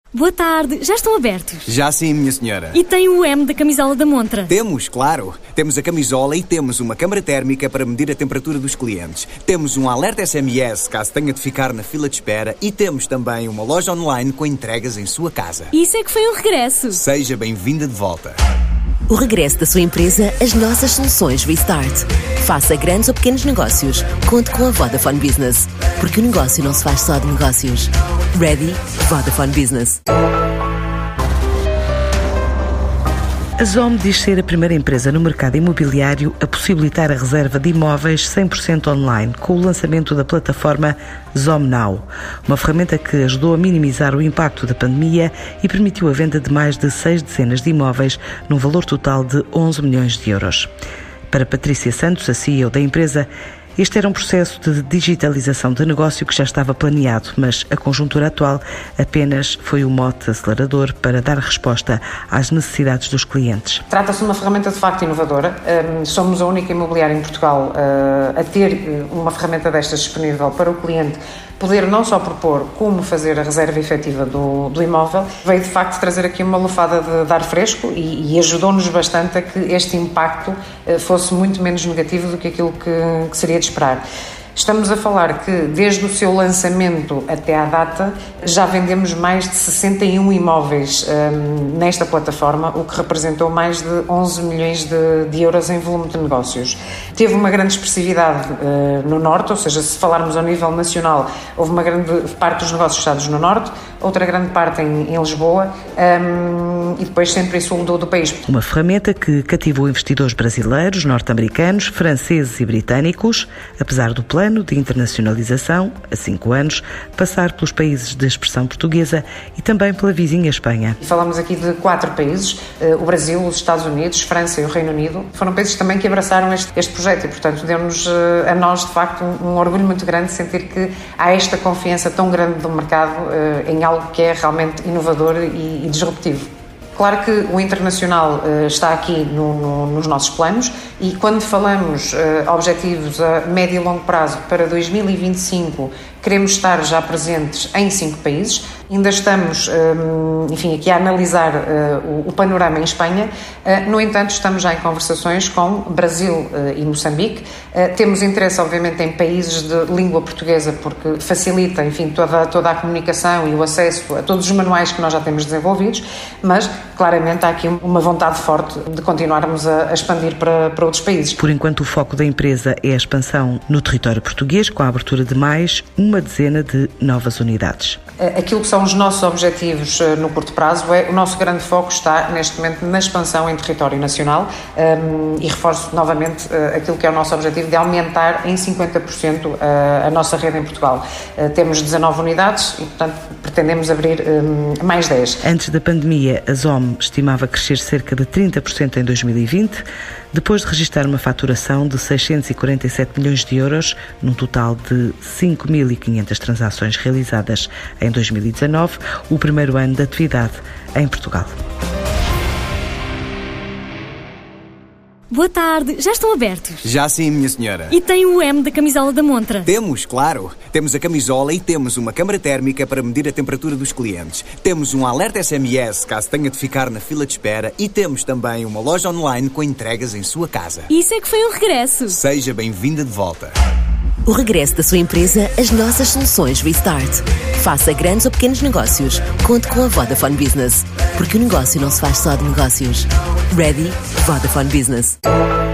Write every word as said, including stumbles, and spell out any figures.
Boa tarde, já estão abertos? Já sim, minha senhora. E tem o M da camisola da montra? Temos, claro. Temos a camisola e temos uma câmara térmica para medir a temperatura dos clientes. Temos um alerta S M S caso tenha de ficar na fila de espera e temos também uma loja online com entregas em sua casa. Isso é que foi um regresso. Seja bem-vinda de volta. O regresso da sua empresa às nossas soluções Restart. Faça grandes ou pequenos negócios. Conte com a Vodafone Business. Porque o negócio não se faz só de negócios. Ready? Vodafone Business. A Zom diz ser a primeira empresa no mercado imobiliário a possibilitar a reserva de imóveis cem por cento online com o lançamento da plataforma ZomNow, uma ferramenta que ajudou a minimizar o impacto da pandemia e permitiu a venda de mais de seis dezenas de imóveis num valor total de onze milhões de euros. Para Patrícia Santos, a C E O da empresa, este era um processo de digitalização de negócio que já estava planeado, mas a conjuntura atual apenas foi o mote acelerador para dar resposta às necessidades dos clientes. Trata-se de uma ferramenta de facto inovadora. Somos a única imobiliária em Portugal a ter uma ferramenta destas disponível para o cliente poder não só propor como fazer a reserva efetiva do, do imóvel, veio de facto trazer aqui uma lufada de, de ar fresco e, e ajudou-nos bastante a que este impacto fosse muito menos negativo do que aquilo que, que seria de esperar. Estamos a falar que, desde o seu lançamento até à data, já vendemos mais de sessenta e um imóveis um, nesta plataforma, o que representou mais de onze milhões de, de euros em volume de negócios. Teve uma grande expressividade uh, no Norte, ou seja, se falarmos ao nível nacional, houve uma grande parte dos negócios fechados no Norte, outra grande parte em, em Lisboa um, e depois sempre em sul do, do país. Uma ferramenta que cativou investidores brasileiros, norte-americanos, franceses e britânicos, apesar do plano de internacionalização, há cinco anos, passar pelos países de expressão portuguesa e também pela vizinha Espanha. Falamos aqui de quatro países, o Brasil, os Estados Unidos, França e o Reino Unido. Foram países também que abraçaram este, este projeto e, portanto, deu-nos a nós, de facto, um, um orgulho muito grande sentir que há esta confiança tão grande do mercado em algo que é realmente inovador e, e disruptivo. Claro que o internacional uh, está aqui no, no, nos nossos planos e quando falamos uh, objetivos a médio e longo prazo para dois mil e vinte e cinco, queremos estar já presentes em cinco países. Ainda estamos, um, enfim, aqui a analisar uh, o, o panorama em Espanha. Uh, no entanto, estamos já em conversações com Brasil uh, e Moçambique. Uh, temos interesse, obviamente, em países de língua portuguesa porque facilita, enfim, toda, toda a comunicação e o acesso a todos os manuais que nós já temos desenvolvidos, mas claramente há aqui uma vontade forte de continuarmos a, a expandir para, para outros países. Por enquanto, o foco da empresa é a expansão no território português, com a abertura de mais uma dezena de novas unidades. Aquilo que são os nossos objetivos no curto prazo é, o nosso grande foco está neste momento na expansão em território nacional um, e reforço novamente uh, aquilo que é o nosso objetivo de aumentar em cinquenta por cento uh, a nossa rede em Portugal. Uh, temos dezanove unidades e, portanto, pretendemos abrir um, mais dez. Antes da pandemia, a Zom estimava crescer cerca de trinta por cento em dois mil e vinte, depois de registrar uma faturação de seiscentos e quarenta e sete milhões de euros, num total de cinco mil e quinhentas transações realizadas em dois mil e dezanove, o primeiro ano de atividade em Portugal. Boa tarde, já estão abertos? Já sim, minha senhora. E tem o M da camisola da montra? Temos, claro. Temos a camisola e temos uma câmara térmica para medir a temperatura dos clientes. Temos um alerta S M S caso tenha de ficar na fila de espera e temos também uma loja online com entregas em sua casa. Isso é que foi um regresso. Seja bem-vinda de volta. O regresso da sua empresa às nossas soluções Restart. Faça grandes ou pequenos negócios. Conte com a Vodafone Business. Porque o negócio não se faz só de negócios. Ready? Vodafone Business.